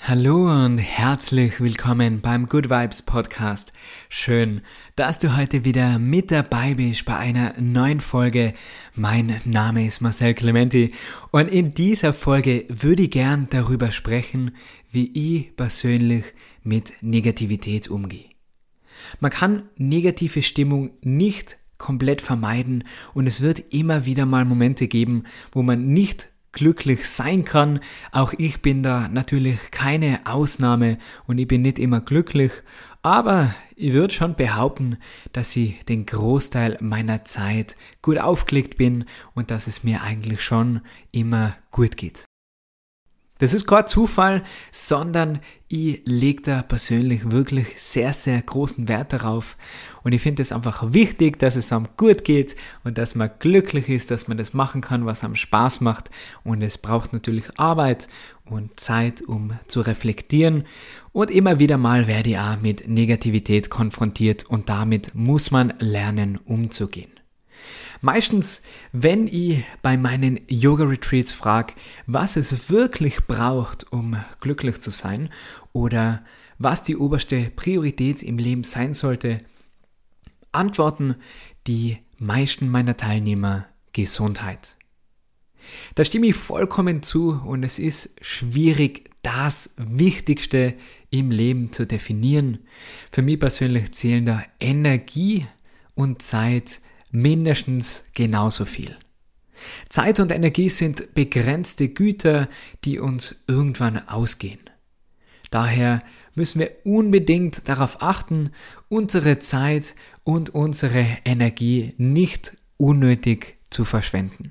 Hallo und herzlich willkommen beim Good Vibes Podcast. Schön, dass du heute wieder mit dabei bist bei einer neuen Folge. Mein Name ist Marcel Clementi und in dieser Folge würde ich gern darüber sprechen, wie ich persönlich mit Negativität umgehe. Man kann negative Stimmung nicht komplett vermeiden und es wird immer wieder mal Momente geben, wo man nicht glücklich sein kann. Auch ich bin da natürlich keine Ausnahme und ich bin nicht immer glücklich, aber ich würde schon behaupten, dass ich den Großteil meiner Zeit gut aufgelegt bin und dass es mir eigentlich schon immer gut geht. Das ist kein Zufall, sondern ich lege da persönlich wirklich sehr, sehr großen Wert darauf und ich finde es einfach wichtig, dass es einem gut geht und dass man glücklich ist, dass man das machen kann, was einem Spaß macht und es braucht natürlich Arbeit und Zeit, um zu reflektieren und immer wieder mal werde ich auch mit Negativität konfrontiert und damit muss man lernen umzugehen. Meistens, wenn ich bei meinen Yoga-Retreats frage, was es wirklich braucht, um glücklich zu sein oder was die oberste Priorität im Leben sein sollte, antworten die meisten meiner Teilnehmer Gesundheit. Da stimme ich vollkommen zu und es ist schwierig, das Wichtigste im Leben zu definieren. Für mich persönlich zählen da Energie und Zeit mindestens genauso viel. Zeit und Energie sind begrenzte Güter, die uns irgendwann ausgehen. Daher müssen wir unbedingt darauf achten, unsere Zeit und unsere Energie nicht unnötig zu verschwenden.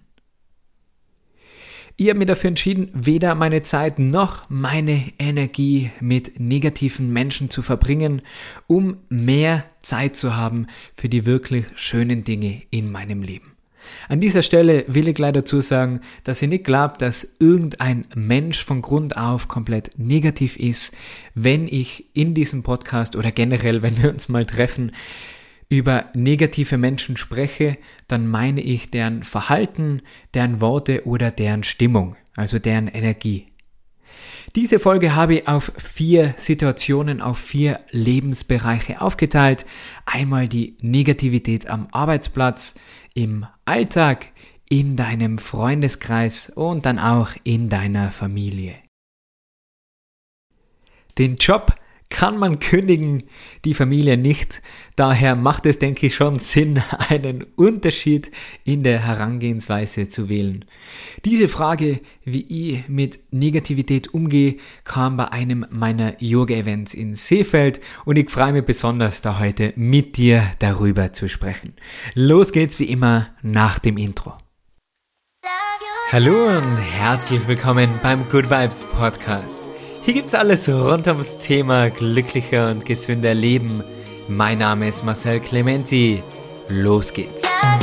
Ich habe mich dafür entschieden, weder meine Zeit noch meine Energie mit negativen Menschen zu verbringen, um mehr Zeit zu haben für die wirklich schönen Dinge in meinem Leben. An dieser Stelle will ich gleich dazu sagen, dass ich nicht glaube, dass irgendein Mensch von Grund auf komplett negativ ist. Wenn ich in diesem Podcast oder generell, wenn wir uns mal treffen, über negative Menschen spreche, dann meine ich deren Verhalten, deren Worte oder deren Stimmung, also deren Energie. Diese Folge habe ich auf 4 Situationen, auf 4 Lebensbereiche aufgeteilt. Einmal die Negativität am Arbeitsplatz, im Alltag, in deinem Freundeskreis und dann auch in deiner Familie. Den Job kann man kündigen, die Familie nicht. Daher macht es, denke ich, schon Sinn, einen Unterschied in der Herangehensweise zu wählen. Diese Frage, wie ich mit Negativität umgehe, kam bei einem meiner Yoga-Events in Seefeld und ich freue mich besonders, da heute mit dir darüber zu sprechen. Los geht's wie immer nach dem Intro. Hallo und herzlich willkommen beim Good Vibes Podcast. Hier gibt's alles rund ums Thema glücklicher und gesünder Leben. Mein Name ist Marcel Clementi. Los geht's.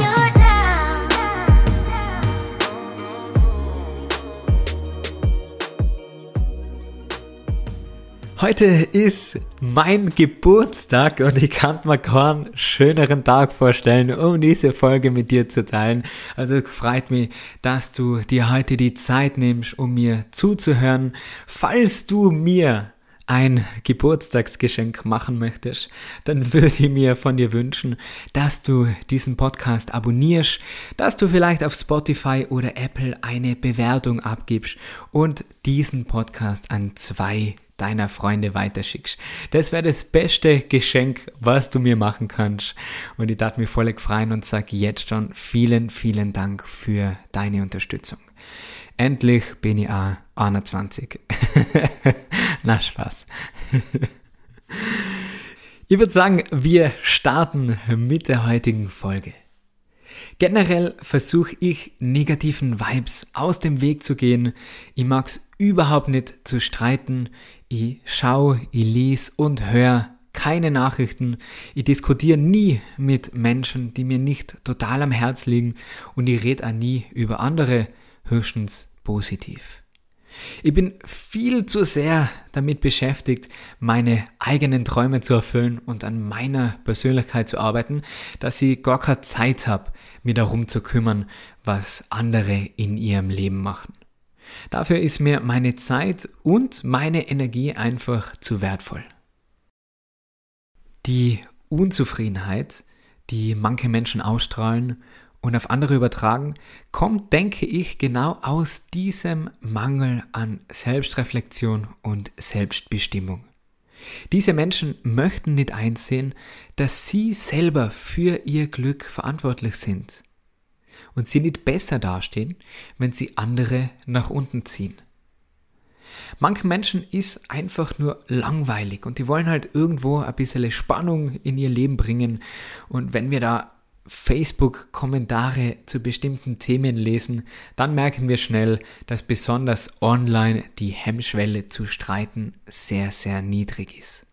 Heute ist mein Geburtstag und ich kann mir keinen schöneren Tag vorstellen, um diese Folge mit dir zu teilen. Also freut mich, dass du dir heute die Zeit nimmst, um mir zuzuhören. Falls du mir ein Geburtstagsgeschenk machen möchtest, dann würde ich mir von dir wünschen, dass du diesen Podcast abonnierst, dass du vielleicht auf Spotify oder Apple eine Bewertung abgibst und diesen Podcast an 2 deiner Freunde weiterschickst. Das wäre das beste Geschenk, was du mir machen kannst. Und ich darf mich voll freuen und sage jetzt schon vielen, vielen Dank für deine Unterstützung. Endlich bin ich auch 21. Na, Spaß. Ich würde sagen, wir starten mit der heutigen Folge. Generell versuche ich, negativen Vibes aus dem Weg zu gehen. Ich mag es überhaupt nicht zu streiten. Ich schaue, ich lese und höre keine Nachrichten. Ich diskutiere nie mit Menschen, die mir nicht total am Herz liegen. Und ich rede auch nie über andere, höchstens positiv. Ich bin viel zu sehr damit beschäftigt, meine eigenen Träume zu erfüllen und an meiner Persönlichkeit zu arbeiten, dass ich gar keine Zeit habe, mich darum zu kümmern, was andere in ihrem Leben machen. Dafür ist mir meine Zeit und meine Energie einfach zu wertvoll. Die Unzufriedenheit, die manche Menschen ausstrahlen und auf andere übertragen, kommt, denke ich, genau aus diesem Mangel an Selbstreflexion und Selbstbestimmung. Diese Menschen möchten nicht einsehen, dass sie selber für ihr Glück verantwortlich sind und sie nicht besser dastehen, wenn sie andere nach unten ziehen. Manchen Menschen ist einfach nur langweilig und die wollen halt irgendwo ein bisschen Spannung in ihr Leben bringen. Und wenn wir da Facebook-Kommentare zu bestimmten Themen lesen, dann merken wir schnell, dass besonders online die Hemmschwelle zu streiten sehr, sehr niedrig ist.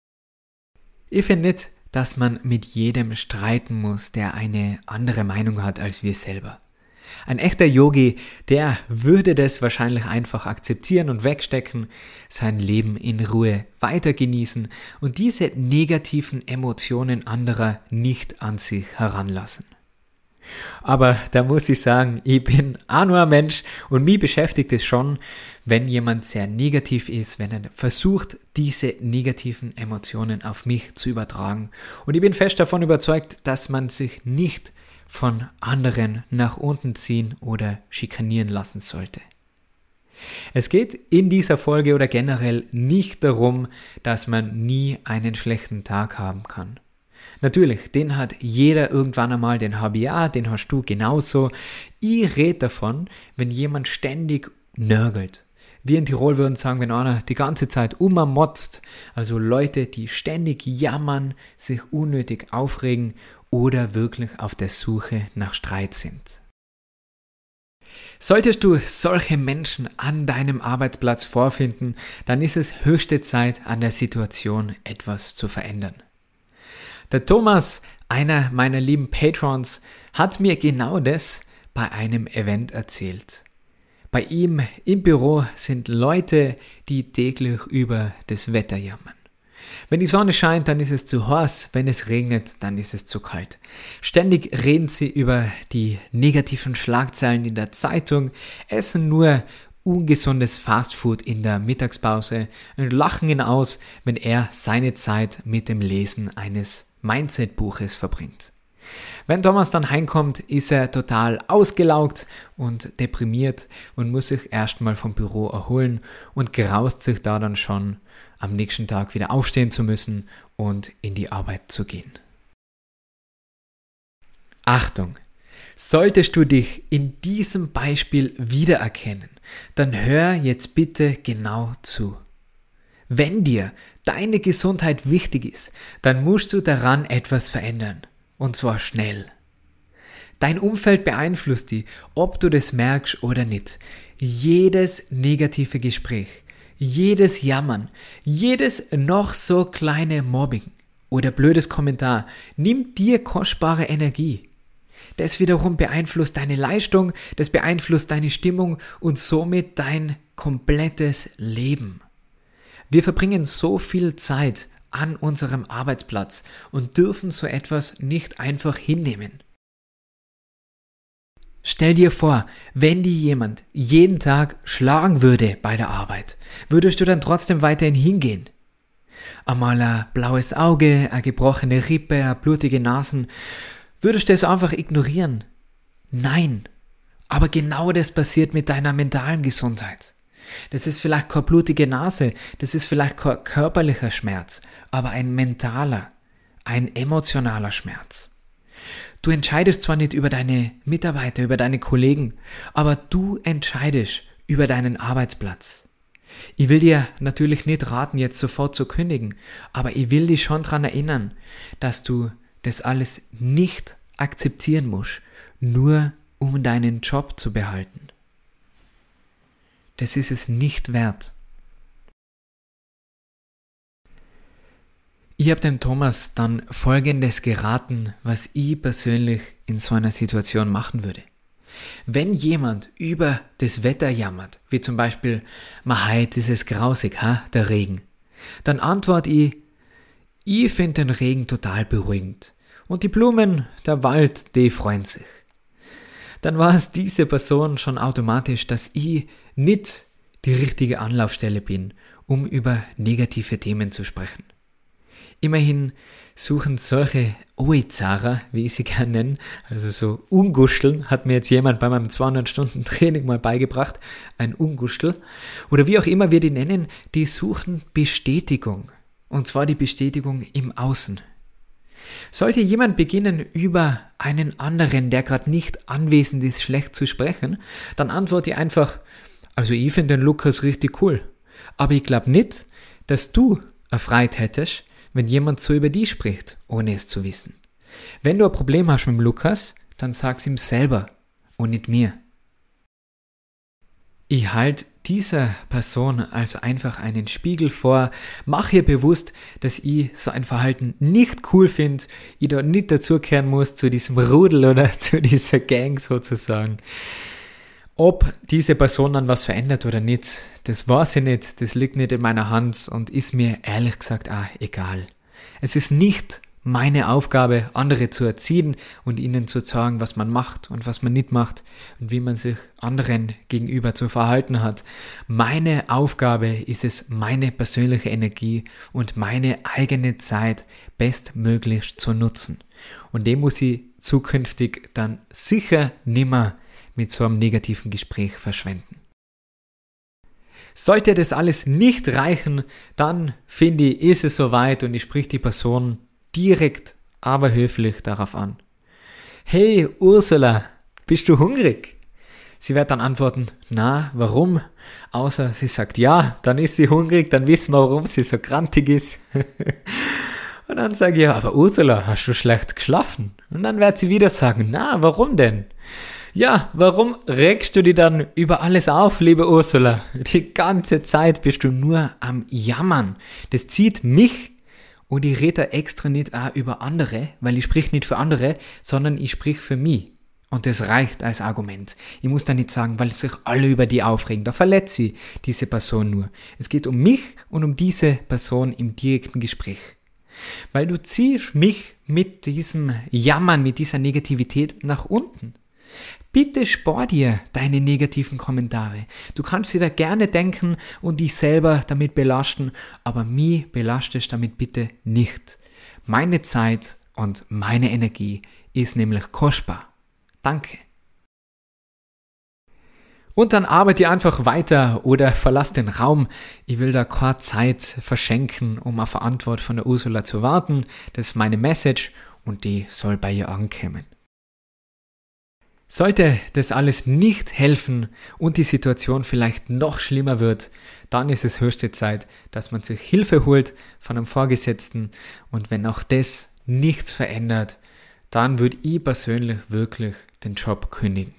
Ich finde nicht, dass man mit jedem streiten muss, der eine andere Meinung hat als wir selber. Ein echter Yogi, der würde das wahrscheinlich einfach akzeptieren und wegstecken, sein Leben in Ruhe weiter genießen und diese negativen Emotionen anderer nicht an sich heranlassen. Aber da muss ich sagen, ich bin auch nur ein Mensch und mich beschäftigt es schon, wenn jemand sehr negativ ist, wenn er versucht, diese negativen Emotionen auf mich zu übertragen. Und ich bin fest davon überzeugt, dass man sich nicht von anderen nach unten ziehen oder schikanieren lassen sollte. Es geht in dieser Folge oder generell nicht darum, dass man nie einen schlechten Tag haben kann. Natürlich, den hat jeder irgendwann einmal, den habe ich auch, den hast du genauso. Ich rede davon, wenn jemand ständig nörgelt. Wir in Tirol würden sagen, wenn einer die ganze Zeit motzt, also Leute, die ständig jammern, sich unnötig aufregen oder wirklich auf der Suche nach Streit sind. Solltest du solche Menschen an deinem Arbeitsplatz vorfinden, dann ist es höchste Zeit, an der Situation etwas zu verändern. Der Thomas, einer meiner lieben Patrons, hat mir genau das bei einem Event erzählt. Bei ihm im Büro sind Leute, die täglich über das Wetter jammern. Wenn die Sonne scheint, dann ist es zu heiß, wenn es regnet, dann ist es zu kalt. Ständig reden sie über die negativen Schlagzeilen in der Zeitung, essen nur ungesundes Fastfood in der Mittagspause und lachen ihn aus, wenn er seine Zeit mit dem Lesen eines Mindset-Buches verbringt. Wenn Thomas dann heimkommt, ist er total ausgelaugt und deprimiert und muss sich erstmal vom Büro erholen und graust sich da dann schon, am nächsten Tag wieder aufstehen zu müssen und in die Arbeit zu gehen. Achtung! Solltest du dich in diesem Beispiel wiedererkennen, dann hör jetzt bitte genau zu. Wenn dir deine Gesundheit wichtig ist, dann musst du daran etwas verändern. Und zwar schnell. Dein Umfeld beeinflusst dich, ob du das merkst oder nicht. Jedes negative Gespräch, jedes Jammern, jedes noch so kleine Mobbing oder blödes Kommentar nimmt dir kostbare Energie. Das wiederum beeinflusst deine Leistung, das beeinflusst deine Stimmung und somit dein komplettes Leben. Wir verbringen so viel Zeit an unserem Arbeitsplatz und dürfen so etwas nicht einfach hinnehmen. Stell dir vor, wenn dir jemand jeden Tag schlagen würde bei der Arbeit, würdest du dann trotzdem weiterhin hingehen? Einmal ein blaues Auge, eine gebrochene Rippe, eine blutige Nase, würdest du es einfach ignorieren? Nein, aber genau das passiert mit deiner mentalen Gesundheit. Das ist vielleicht keine blutige Nase, das ist vielleicht kein körperlicher Schmerz, aber ein mentaler, ein emotionaler Schmerz. Du entscheidest zwar nicht über deine Mitarbeiter, über deine Kollegen, aber du entscheidest über deinen Arbeitsplatz. Ich will dir natürlich nicht raten, jetzt sofort zu kündigen, aber ich will dich schon daran erinnern, dass du das alles nicht akzeptieren musst, nur um deinen Job zu behalten. Das ist es nicht wert. Ich habe dem Thomas dann Folgendes geraten, was ich persönlich in so einer Situation machen würde. Wenn jemand über das Wetter jammert, wie zum Beispiel, heute ist es grausig, der Regen, dann antworte ich finde den Regen total beruhigend. Und die Blumen, der Wald, die freuen sich. dann war es diese Person schon automatisch, dass ich nicht die richtige Anlaufstelle bin, um über negative Themen zu sprechen. Immerhin suchen solche Oizara, wie ich sie gerne nenne, also so Unguscheln, hat mir jetzt jemand bei meinem 200-Stunden-Training mal beigebracht, ein Unguschel, oder wie auch immer wir die nennen, die suchen Bestätigung. Und zwar die Bestätigung im Außen. Sollte jemand beginnen, über einen anderen, der gerade nicht anwesend ist, schlecht zu sprechen, dann antworte ich einfach, also ich finde den Lukas richtig cool, aber ich glaube nicht, dass du erfreut hättest, wenn jemand so über dich spricht, ohne es zu wissen. Wenn du ein Problem hast mit dem Lukas, dann sag's ihm selber und nicht mir. Ich halte dieser Person also einfach einen Spiegel vor, mache ihr bewusst, dass ich so ein Verhalten nicht cool finde, ich da nicht dazugehören muss zu diesem Rudel oder zu dieser Gang sozusagen. Ob diese Person dann was verändert oder nicht, das weiß ich nicht, das liegt nicht in meiner Hand und ist mir ehrlich gesagt auch egal. Es ist nicht meine Aufgabe, andere zu erziehen und ihnen zu sagen, was man macht und was man nicht macht und wie man sich anderen gegenüber zu verhalten hat. Meine Aufgabe ist es, meine persönliche Energie und meine eigene Zeit bestmöglich zu nutzen. Und dem muss ich zukünftig dann sicher nimmer mit so einem negativen Gespräch verschwenden. Sollte das alles nicht reichen, dann finde ich, ist es soweit und ich sprich die Person direkt, aber höflich darauf an. Hey Ursula, bist du hungrig? Sie wird dann antworten, na, warum? Außer sie sagt ja, dann ist sie hungrig, dann wissen wir, warum sie so grantig ist. Und dann sage ich, ja, aber Ursula, hast du schlecht geschlafen? Und dann wird sie wieder sagen, na, warum denn? Ja, warum regst du dich dann über alles auf, liebe Ursula? Die ganze Zeit bist du nur am Jammern. Das zieht mich und ich rede extra nicht auch über andere, weil ich sprich nicht für andere, sondern ich sprich für mich. Und das reicht als Argument. Ich muss da nicht sagen, weil sich alle über die aufregen. Da verletze ich diese Person nur. Es geht um mich und um diese Person im direkten Gespräch. Weil du ziehst mich mit diesem Jammern, mit dieser Negativität nach unten. Bitte spar dir deine negativen Kommentare. Du kannst dir da gerne denken und dich selber damit belasten, aber mich belastest damit bitte nicht. Meine Zeit und meine Energie ist nämlich kostbar. Danke. Und dann arbeite einfach weiter oder verlass den Raum. Ich will da keine Zeit verschenken, um auf eine Antwort von der Ursula zu warten. Das ist meine Message und die soll bei ihr ankommen. Sollte das alles nicht helfen und die Situation vielleicht noch schlimmer wird, dann ist es höchste Zeit, dass man sich Hilfe holt von einem Vorgesetzten und wenn auch das nichts verändert, dann würde ich persönlich wirklich den Job kündigen.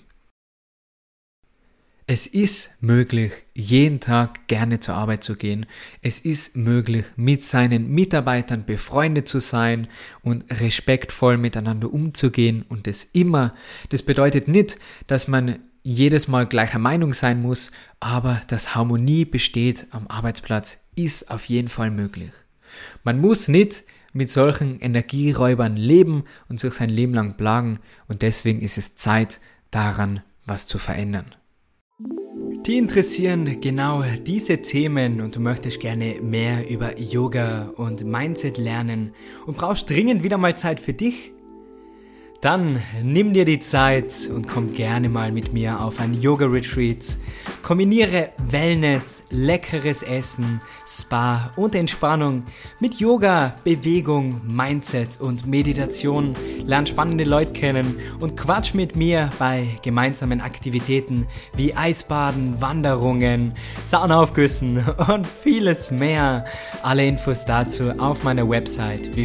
Es ist möglich, jeden Tag gerne zur Arbeit zu gehen. Es ist möglich, mit seinen Mitarbeitern befreundet zu sein und respektvoll miteinander umzugehen und das immer. Das bedeutet nicht, dass man jedes Mal gleicher Meinung sein muss, aber dass Harmonie besteht am Arbeitsplatz, ist auf jeden Fall möglich. Man muss nicht mit solchen Energieräubern leben und sich sein Leben lang plagen und deswegen ist es Zeit, daran was zu verändern. Die interessieren genau diese Themen und du möchtest gerne mehr über Yoga und Mindset lernen und brauchst dringend wieder mal Zeit für dich? Dann nimm dir die Zeit und komm gerne mal mit mir auf ein Yoga-Retreat. Kombiniere Wellness, leckeres Essen, Spa und Entspannung mit Yoga, Bewegung, Mindset und Meditation. Lern spannende Leute kennen und quatsch mit mir bei gemeinsamen Aktivitäten wie Eisbaden, Wanderungen, Saunaaufgüssen und vieles mehr. Alle Infos dazu auf meiner Website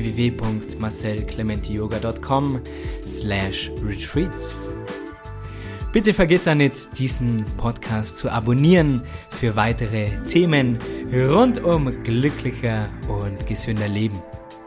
www.marcelclementiyoga.com/retreats. Bitte vergiss auch nicht, diesen Podcast zu abonnieren für weitere Themen rund um glücklicher und gesünder Leben.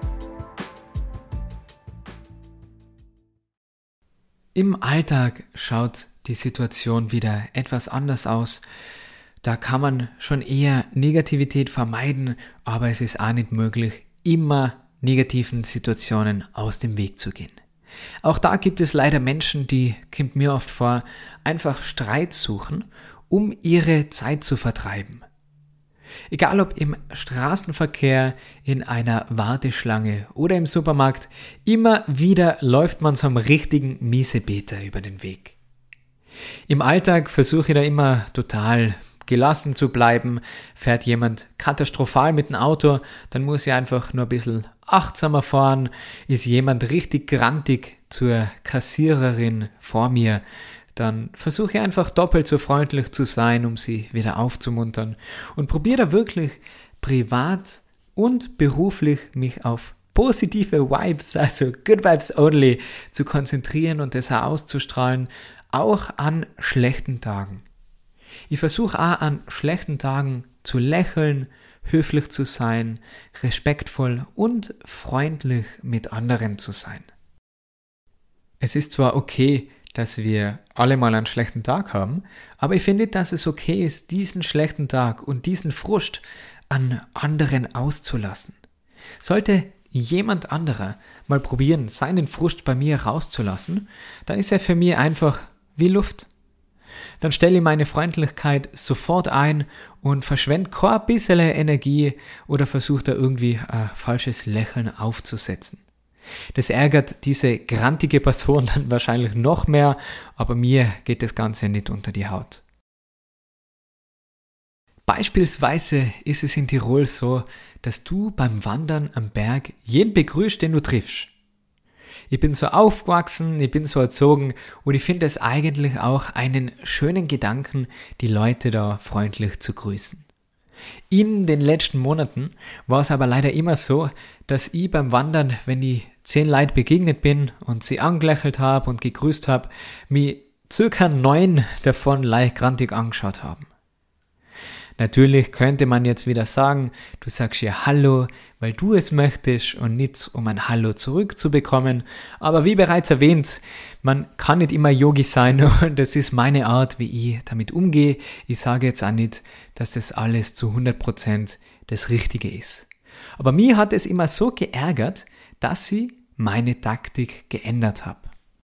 Im Alltag schaut die Situation wieder etwas anders aus. Da kann man schon eher Negativität vermeiden, aber es ist auch nicht möglich, immer negativen Situationen aus dem Weg zu gehen. Auch da gibt es leider Menschen, die, kommt mir oft vor, einfach Streit suchen, um ihre Zeit zu vertreiben. Egal ob im Straßenverkehr, in einer Warteschlange oder im Supermarkt, immer wieder läuft man so einem richtigen Miesepeter über den Weg. Im Alltag versuche ich da immer total gelassen zu bleiben. Fährt jemand katastrophal mit dem Auto, dann muss ich einfach nur ein bisschen achtsamer fahren. Ist jemand richtig grantig zur Kassiererin vor mir, dann versuche ich einfach doppelt so freundlich zu sein, um sie wieder aufzumuntern und probiere da wirklich privat und beruflich mich auf positive Vibes, also Good Vibes Only, zu konzentrieren und das auch auszustrahlen, auch an schlechten Tagen. Ich versuche auch an schlechten Tagen zu lächeln, höflich zu sein, respektvoll und freundlich mit anderen zu sein. Es ist zwar okay, dass wir alle mal einen schlechten Tag haben, aber ich finde, dass es okay ist, diesen schlechten Tag und diesen Frust an anderen auszulassen. Sollte jemand anderer mal probieren, seinen Frust bei mir rauszulassen, dann ist er für mich einfach wie Luft. Dann stelle ich meine Freundlichkeit sofort ein und verschwende kein bisschen Energie oder versuche da irgendwie ein falsches Lächeln aufzusetzen. Das ärgert diese grantige Person dann wahrscheinlich noch mehr, aber mir geht das Ganze nicht unter die Haut. Beispielsweise ist es in Tirol so, dass du beim Wandern am Berg jeden begrüßt, den du triffst. Ich bin so aufgewachsen, ich bin so erzogen und ich finde es eigentlich auch einen schönen Gedanken, die Leute da freundlich zu grüßen. In den letzten Monaten war es aber leider immer so, dass ich beim Wandern, wenn ich 10 Leuten begegnet bin und sie angelächelt habe und gegrüßt habe, mich circa 9 davon leicht grantig angeschaut haben. Natürlich könnte man jetzt wieder sagen, du sagst ja Hallo, weil du es möchtest und nicht um ein Hallo zurückzubekommen. Aber wie bereits erwähnt, man kann nicht immer Yogi sein und das ist meine Art, wie ich damit umgehe. Ich sage jetzt auch nicht, dass das alles zu 100% das Richtige ist. Aber mir hat es immer so geärgert, dass ich meine Taktik geändert habe.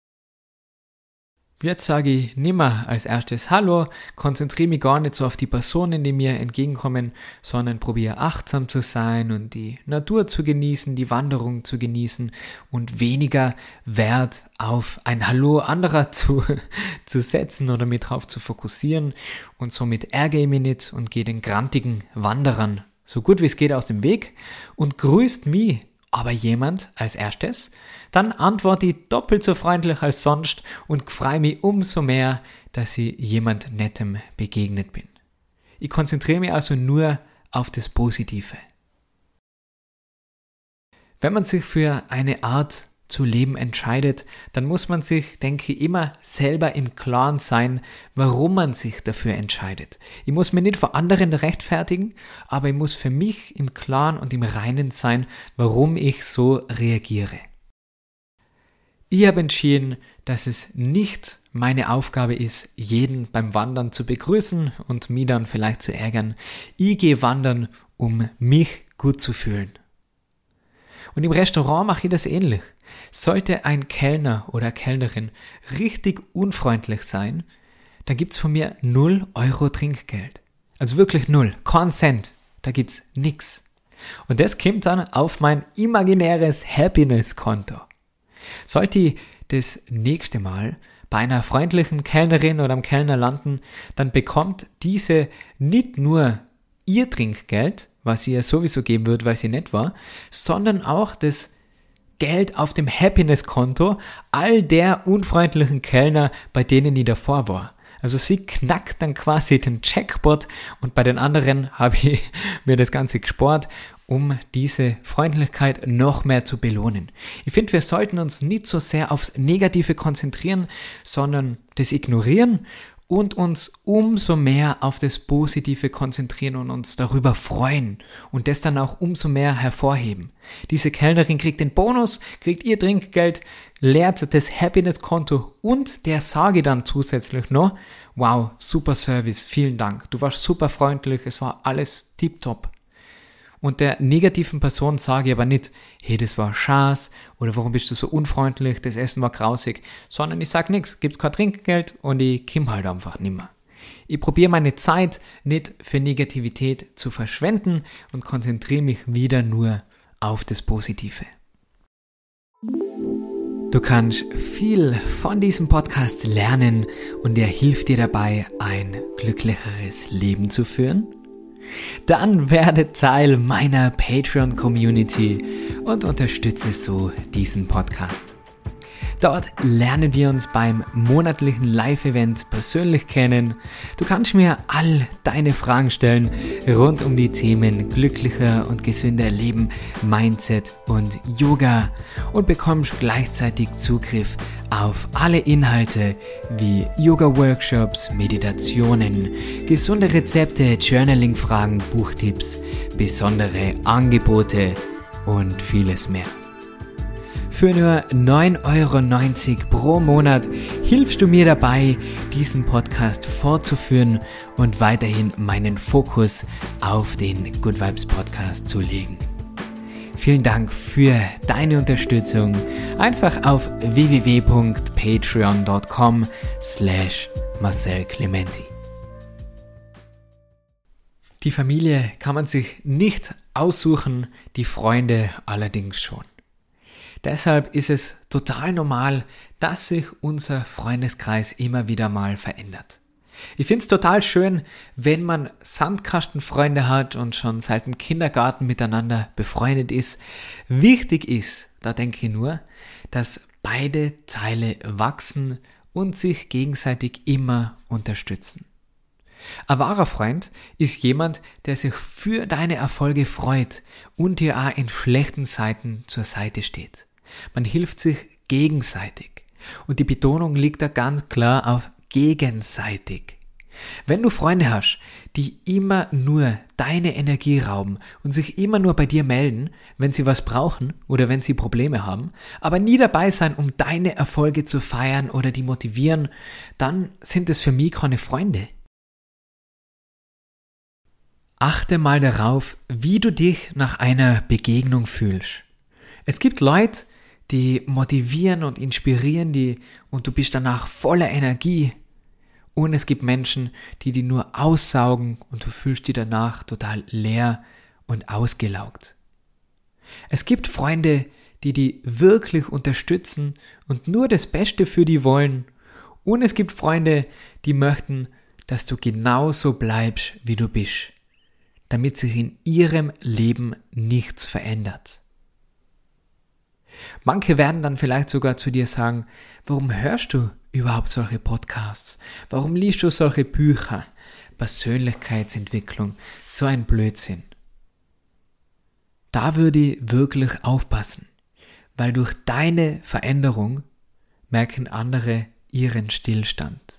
Jetzt sage ich nimmer als erstes Hallo, konzentriere mich gar nicht so auf die Personen, die mir entgegenkommen, sondern probiere achtsam zu sein und die Natur zu genießen, die Wanderung zu genießen und weniger Wert auf ein Hallo anderer zu setzen oder mich drauf zu fokussieren. Und somit ärgere ich mich nicht und gehe den grantigen Wanderern so gut wie es geht aus dem Weg und grüßt mich aber jemand als erstes, dann antworte ich doppelt so freundlich als sonst und freue mich umso mehr, dass ich jemand Nettem begegnet bin. Ich konzentriere mich also nur auf das Positive. Wenn man sich für eine Art zu leben entscheidet, dann muss man sich, denke ich, immer selber im Klaren sein, warum man sich dafür entscheidet. Ich muss mir nicht vor anderen rechtfertigen, aber ich muss für mich im Klaren und im Reinen sein, warum ich so reagiere. Ich habe entschieden, dass es nicht meine Aufgabe ist, jeden beim Wandern zu begrüßen und mich dann vielleicht zu ärgern. Ich gehe wandern, um mich gut zu fühlen. Und im Restaurant mache ich das ähnlich. Sollte ein Kellner oder Kellnerin richtig unfreundlich sein, dann gibt es von mir 0 Euro Trinkgeld. Also wirklich 0, kein Cent, da gibt es nichts. Und das kommt dann auf mein imaginäres Happiness-Konto. Sollte ich das nächste Mal bei einer freundlichen Kellnerin oder einem Kellner landen, dann bekommt diese nicht nur ihr Trinkgeld, was sie ihr sowieso geben wird, weil sie nett war, sondern auch das Geld auf dem Happiness-Konto all der unfreundlichen Kellner, bei denen ich davor war. Also sie knackt dann quasi den Jackpot und bei den anderen habe ich mir das Ganze gespart, um diese Freundlichkeit noch mehr zu belohnen. Ich finde, wir sollten uns nicht so sehr aufs Negative konzentrieren, sondern das ignorieren und uns umso mehr auf das Positive konzentrieren und uns darüber freuen und das dann auch umso mehr hervorheben. Diese Kellnerin kriegt den Bonus, kriegt ihr Trinkgeld, leert das Happiness-Konto und der sage dann zusätzlich noch, wow, super Service, vielen Dank, du warst super freundlich, es war alles tipptopp. Und der negativen Person sage ich aber nicht, hey, das war Schaß oder warum bist du so unfreundlich, das Essen war grausig, sondern ich sage nichts, gibt's kein Trinkgeld und ich komme halt einfach nimmer. Ich probiere meine Zeit nicht für Negativität zu verschwenden und konzentriere mich wieder nur auf das Positive. Du kannst viel von diesem Podcast lernen und er hilft dir dabei, ein glücklicheres Leben zu führen. Dann werde Teil meiner Patreon-Community und unterstütze so diesen Podcast. Dort lernen wir uns beim monatlichen Live-Event persönlich kennen. Du kannst mir all deine Fragen stellen rund um die Themen glücklicher und gesünder Leben, Mindset und Yoga und bekommst gleichzeitig Zugriff auf alle Inhalte wie Yoga-Workshops, Meditationen, gesunde Rezepte, Journaling-Fragen, Buchtipps, besondere Angebote und vieles mehr. Für nur 9,90 € pro Monat hilfst du mir dabei, diesen Podcast fortzuführen und weiterhin meinen Fokus auf den Good Vibes Podcast zu legen. Vielen Dank für deine Unterstützung. Einfach auf www.patreon.com/Marcel Clementi. Die Familie kann man sich nicht aussuchen, die Freunde allerdings schon. Deshalb ist es total normal, dass sich unser Freundeskreis immer wieder mal verändert. Ich finde es total schön, wenn man Sandkastenfreunde hat und schon seit dem Kindergarten miteinander befreundet ist. Wichtig ist, da denke ich nur, dass beide Teile wachsen und sich gegenseitig immer unterstützen. Ein wahrer Freund ist jemand, der sich für deine Erfolge freut und dir auch in schlechten Zeiten zur Seite steht. Man hilft sich gegenseitig und die Betonung liegt da ganz klar auf gegenseitig. Wenn du Freunde hast, die immer nur deine Energie rauben und sich immer nur bei dir melden, wenn sie was brauchen oder wenn sie Probleme haben, aber nie dabei sein, um deine Erfolge zu feiern oder die motivieren, dann sind es für mich keine Freunde. Achte mal darauf, wie du dich nach einer Begegnung fühlst. Es gibt Leute, die motivieren und inspirieren die und du bist danach voller Energie. Und es gibt Menschen, die nur aussaugen und du fühlst dich danach total leer und ausgelaugt. Es gibt Freunde, die wirklich unterstützen und nur das Beste für die wollen. Und es gibt Freunde, die möchten, dass du genauso bleibst, wie du bist, damit sich in ihrem Leben nichts verändert. Manche werden dann vielleicht sogar zu dir sagen, warum hörst du überhaupt solche Podcasts? Warum liest du solche Bücher? Persönlichkeitsentwicklung, so ein Blödsinn. Da würde ich wirklich aufpassen, weil durch deine Veränderung merken andere ihren Stillstand.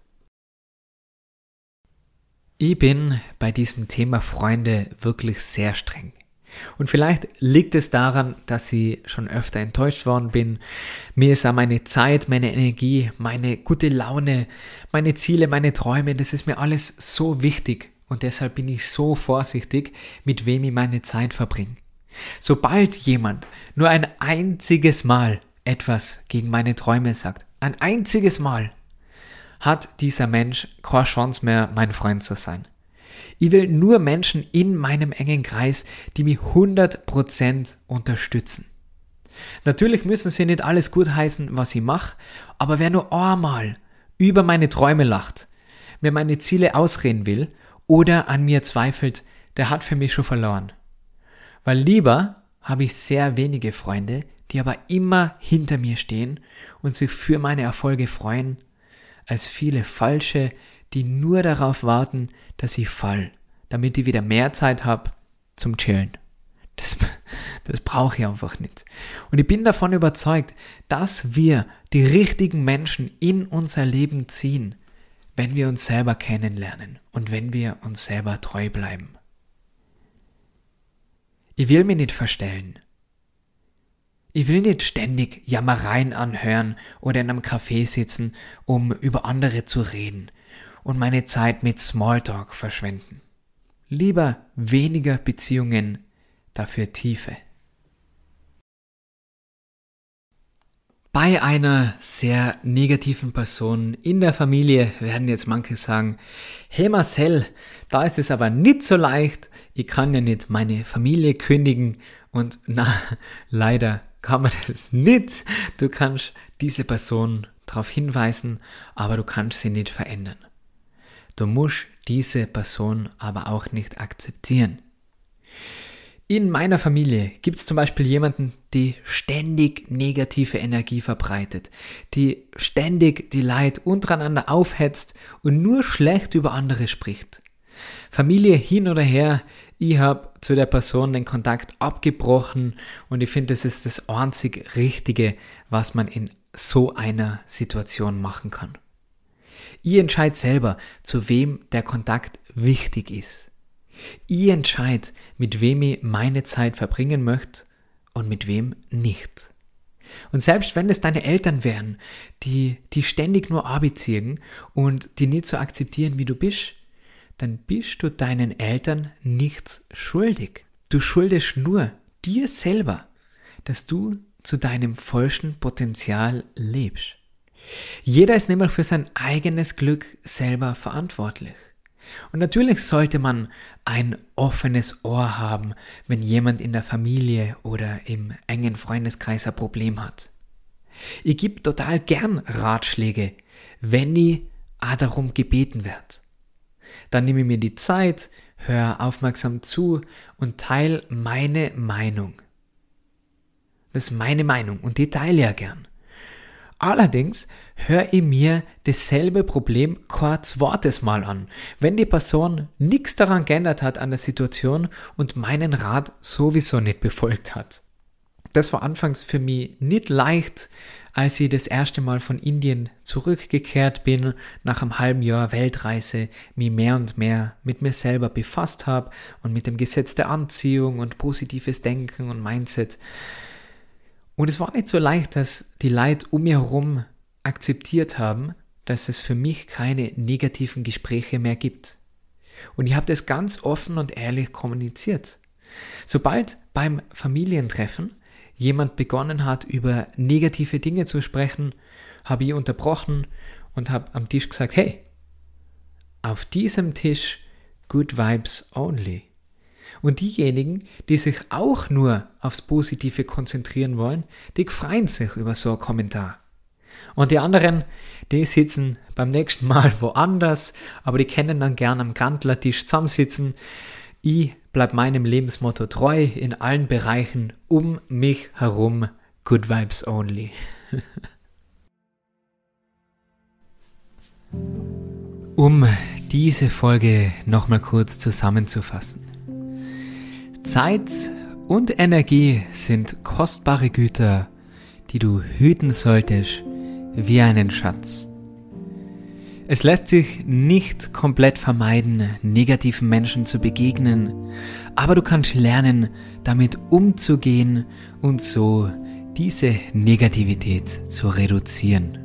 Ich bin bei diesem Thema Freunde wirklich sehr streng. Und vielleicht liegt es daran, dass ich schon öfter enttäuscht worden bin. Mir ist auch meine Zeit, meine Energie, meine gute Laune, meine Ziele, meine Träume, das ist mir alles so wichtig. Und deshalb bin ich so vorsichtig, mit wem ich meine Zeit verbringe. Sobald jemand nur ein einziges Mal etwas gegen meine Träume sagt, ein einziges Mal, hat dieser Mensch keine Chance mehr, mein Freund zu sein. Ich will nur Menschen in meinem engen Kreis, die mich 100% unterstützen. Natürlich müssen sie nicht alles gutheißen, was ich mache, aber wer nur einmal über meine Träume lacht, mir meine Ziele ausreden will oder an mir zweifelt, der hat für mich schon verloren. Weil lieber habe ich sehr wenige Freunde, die aber immer hinter mir stehen und sich für meine Erfolge freuen, als viele falsche, die nur darauf warten, dass ich fall, damit ich wieder mehr Zeit habe zum Chillen. Das brauche ich einfach nicht. Und ich bin davon überzeugt, dass wir die richtigen Menschen in unser Leben ziehen, wenn wir uns selber kennenlernen und wenn wir uns selber treu bleiben. Ich will mich nicht verstellen. Ich will nicht ständig Jammereien anhören oder in einem Café sitzen, um über andere zu reden und meine Zeit mit Smalltalk verschwenden. Lieber weniger Beziehungen, dafür Tiefe. Bei einer sehr negativen Person in der Familie werden jetzt manche sagen, hey Marcel, da ist es aber nicht so leicht, ich kann ja nicht meine Familie kündigen und leider kann man das nicht. Du kannst diese Person darauf hinweisen, aber du kannst sie nicht verändern. Du musst diese Person aber auch nicht akzeptieren. In meiner Familie gibt es zum Beispiel jemanden, die ständig negative Energie verbreitet, die ständig die Leute untereinander aufhetzt und nur schlecht über andere spricht. Familie hin oder her, ich habe zu der Person den Kontakt abgebrochen und ich finde, das ist das einzig Richtige, was man in so einer Situation machen kann. Ich entscheide selber, zu wem der Kontakt wichtig ist. Ich entscheide, mit wem ich meine Zeit verbringen möchte und mit wem nicht. Und selbst wenn es deine Eltern wären, die ständig nur abziehen und die nicht so akzeptieren, wie du bist, dann bist du deinen Eltern nichts schuldig. Du schuldest nur dir selber, dass du zu deinem vollsten Potenzial lebst. Jeder ist nämlich für sein eigenes Glück selber verantwortlich. Und natürlich sollte man ein offenes Ohr haben, wenn jemand in der Familie oder im engen Freundeskreis ein Problem hat. Ich gebe total gern Ratschläge, wenn ich auch darum gebeten werde. Dann nehme ich mir die Zeit, höre aufmerksam zu und teile meine Meinung. Das ist meine Meinung und die teile ich ja gern. Allerdings höre ich mir dasselbe Problem kein zweites Mal an, wenn die Person nichts daran geändert hat an der Situation und meinen Rat sowieso nicht befolgt hat. Das war anfangs für mich nicht leicht, als ich das erste Mal von Indien zurückgekehrt bin, nach einem halben Jahr Weltreise, mich mehr und mehr mit mir selber befasst habe und mit dem Gesetz der Anziehung und positives Denken und Mindset. Und es war nicht so leicht, dass die Leute um mich herum akzeptiert haben, dass es für mich keine negativen Gespräche mehr gibt. Und ich habe das ganz offen und ehrlich kommuniziert. Sobald beim Familientreffen jemand begonnen hat, über negative Dinge zu sprechen, habe ich unterbrochen und habe am Tisch gesagt, hey, auf diesem Tisch Good Vibes Only. Und diejenigen, die sich auch nur aufs Positive konzentrieren wollen, die freuen sich über so einen Kommentar. Und die anderen, die sitzen beim nächsten Mal woanders, aber die können dann gern am Grandlertisch zusammensitzen. Ich bleibe meinem Lebensmotto treu in allen Bereichen um mich herum. Good Vibes Only. Um diese Folge nochmal kurz zusammenzufassen. Zeit und Energie sind kostbare Güter, die du hüten solltest wie einen Schatz. Es lässt sich nicht komplett vermeiden, negativen Menschen zu begegnen, aber du kannst lernen, damit umzugehen und so diese Negativität zu reduzieren.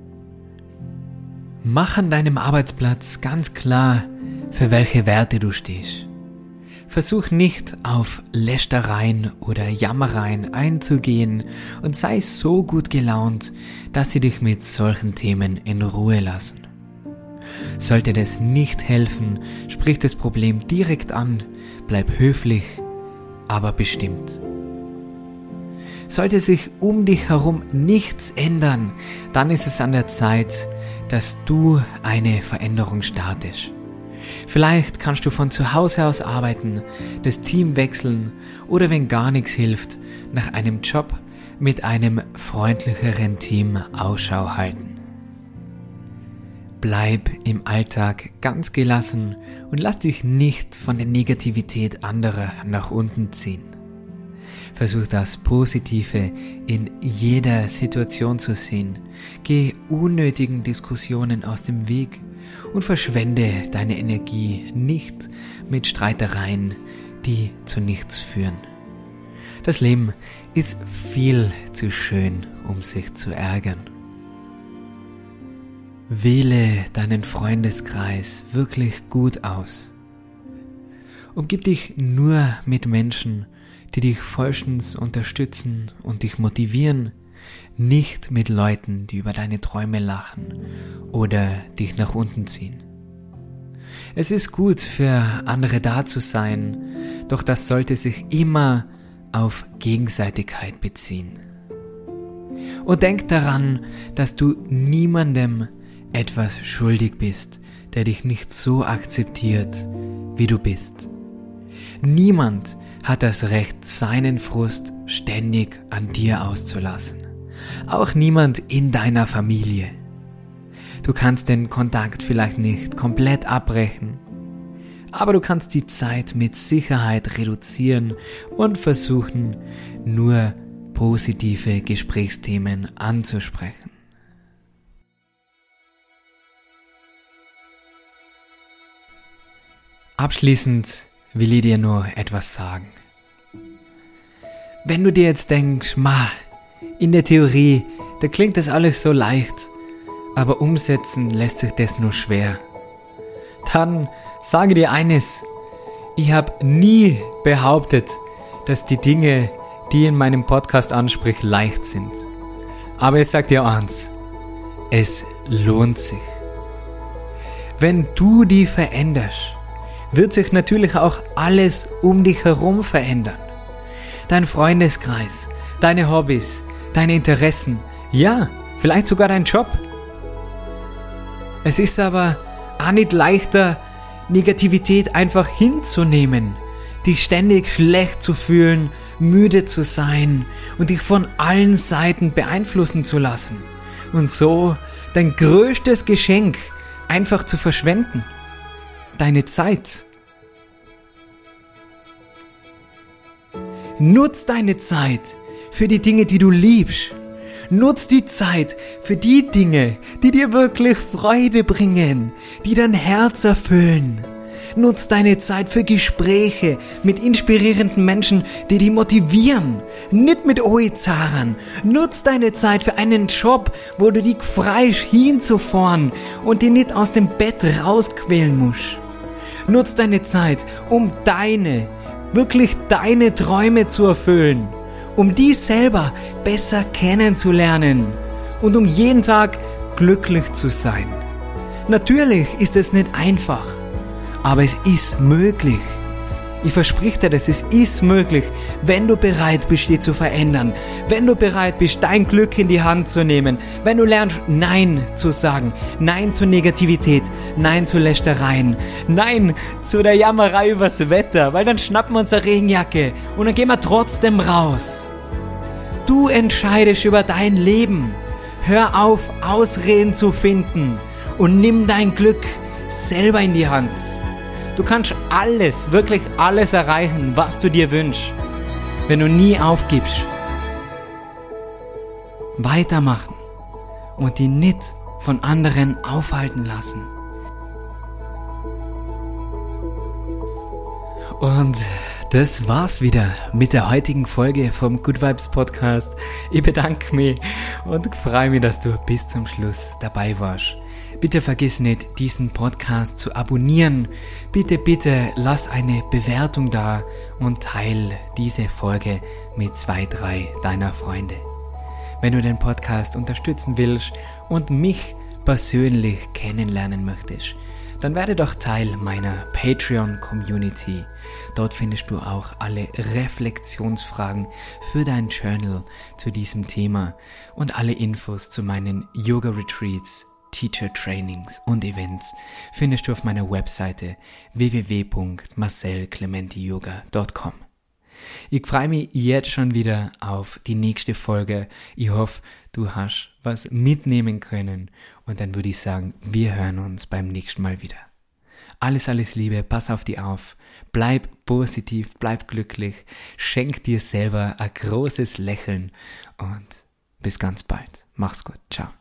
Mach an deinem Arbeitsplatz ganz klar, für welche Werte du stehst. Versuch nicht auf Lästereien oder Jammereien einzugehen und sei so gut gelaunt, dass sie dich mit solchen Themen in Ruhe lassen. Sollte das nicht helfen, sprich das Problem direkt an, bleib höflich, aber bestimmt. Sollte sich um dich herum nichts ändern, dann ist es an der Zeit, dass du eine Veränderung startest. Vielleicht kannst du von zu Hause aus arbeiten, das Team wechseln oder wenn gar nichts hilft, nach einem Job mit einem freundlicheren Team Ausschau halten. Bleib im Alltag ganz gelassen und lass dich nicht von der Negativität anderer nach unten ziehen. Versuch das Positive in jeder Situation zu sehen. Geh unnötigen Diskussionen aus dem Weg und verschwende deine Energie nicht mit Streitereien, die zu nichts führen. Das Leben ist viel zu schön, um sich zu ärgern. Wähle deinen Freundeskreis wirklich gut aus. Umgib dich nur mit Menschen, die dich vollstens unterstützen und dich motivieren, nicht mit Leuten, die über deine Träume lachen oder dich nach unten ziehen. Es ist gut, für andere da zu sein, doch das sollte sich immer auf Gegenseitigkeit beziehen. Und denk daran, dass du niemandem etwas schuldig bist, der dich nicht so akzeptiert, wie du bist. Niemand hat das Recht, seinen Frust ständig an dir auszulassen. Auch niemand in deiner Familie. Du kannst den Kontakt vielleicht nicht komplett abbrechen, aber du kannst die Zeit mit Sicherheit reduzieren und versuchen, nur positive Gesprächsthemen anzusprechen. Abschließend will ich dir nur etwas sagen. Wenn du dir jetzt denkst, in der Theorie, da klingt das alles so leicht, aber umsetzen lässt sich das nur schwer, dann sage dir eines: Ich habe nie behauptet, dass die Dinge, die ich in meinem Podcast anspreche, leicht sind. Aber ich sag dir eins: Es lohnt sich. Wenn du die veränderst, wird sich natürlich auch alles um dich herum verändern. Dein Freundeskreis, deine Hobbys, deine Interessen, ja, vielleicht sogar dein Job. Es ist aber auch nicht leichter, Negativität einfach hinzunehmen, dich ständig schlecht zu fühlen, müde zu sein und dich von allen Seiten beeinflussen zu lassen und so dein größtes Geschenk einfach zu verschwenden: deine Zeit. Nutz deine Zeit für die Dinge, die du liebst. Nutz die Zeit für die Dinge, die dir wirklich Freude bringen, die dein Herz erfüllen. Nutz deine Zeit für Gespräche mit inspirierenden Menschen, die dich motivieren, nicht mit Oizarern. Nutz deine Zeit für einen Job, wo du dich freust, hinzufahren und dich nicht aus dem Bett rausquälen musst. Nutz deine Zeit, um wirklich deine Träume zu erfüllen, um die selber besser kennenzulernen und um jeden Tag glücklich zu sein. Natürlich ist es nicht einfach, aber es ist möglich. Ich verspreche dir das, es ist möglich, wenn du bereit bist, dich zu verändern, wenn du bereit bist, dein Glück in die Hand zu nehmen, wenn du lernst, Nein zu sagen, Nein zur Negativität, Nein zu Lästereien, Nein zu der Jammerei übers Wetter, weil dann schnappen wir uns eine Regenjacke und dann gehen wir trotzdem raus. Du entscheidest über dein Leben. Hör auf, Ausreden zu finden und nimm dein Glück selber in die Hand. Du kannst alles, wirklich alles erreichen, was du dir wünschst, wenn du nie aufgibst. Weitermachen und dich nicht von anderen aufhalten lassen. Und das war's wieder mit der heutigen Folge vom Good Vibes Podcast. Ich bedanke mich und freue mich, dass du bis zum Schluss dabei warst. Bitte vergiss nicht, diesen Podcast zu abonnieren. Bitte lass eine Bewertung da und teile diese Folge mit 2, 3 deiner Freunde. Wenn du den Podcast unterstützen willst und mich persönlich kennenlernen möchtest, dann werde doch Teil meiner Patreon-Community. Dort findest du auch alle Reflexionsfragen für dein Journal zu diesem Thema und alle Infos zu meinen Yoga-Retreats, Teacher-Trainings und Events findest du auf meiner Webseite www.marcelclementiyoga.com. Ich freue mich jetzt schon wieder auf die nächste Folge. Ich hoffe, du hast was mitnehmen können und dann würde ich sagen, wir hören uns beim nächsten Mal wieder. Alles Liebe, pass auf dich auf, bleib positiv, bleib glücklich, schenk dir selber ein großes Lächeln und bis ganz bald. Mach's gut, ciao.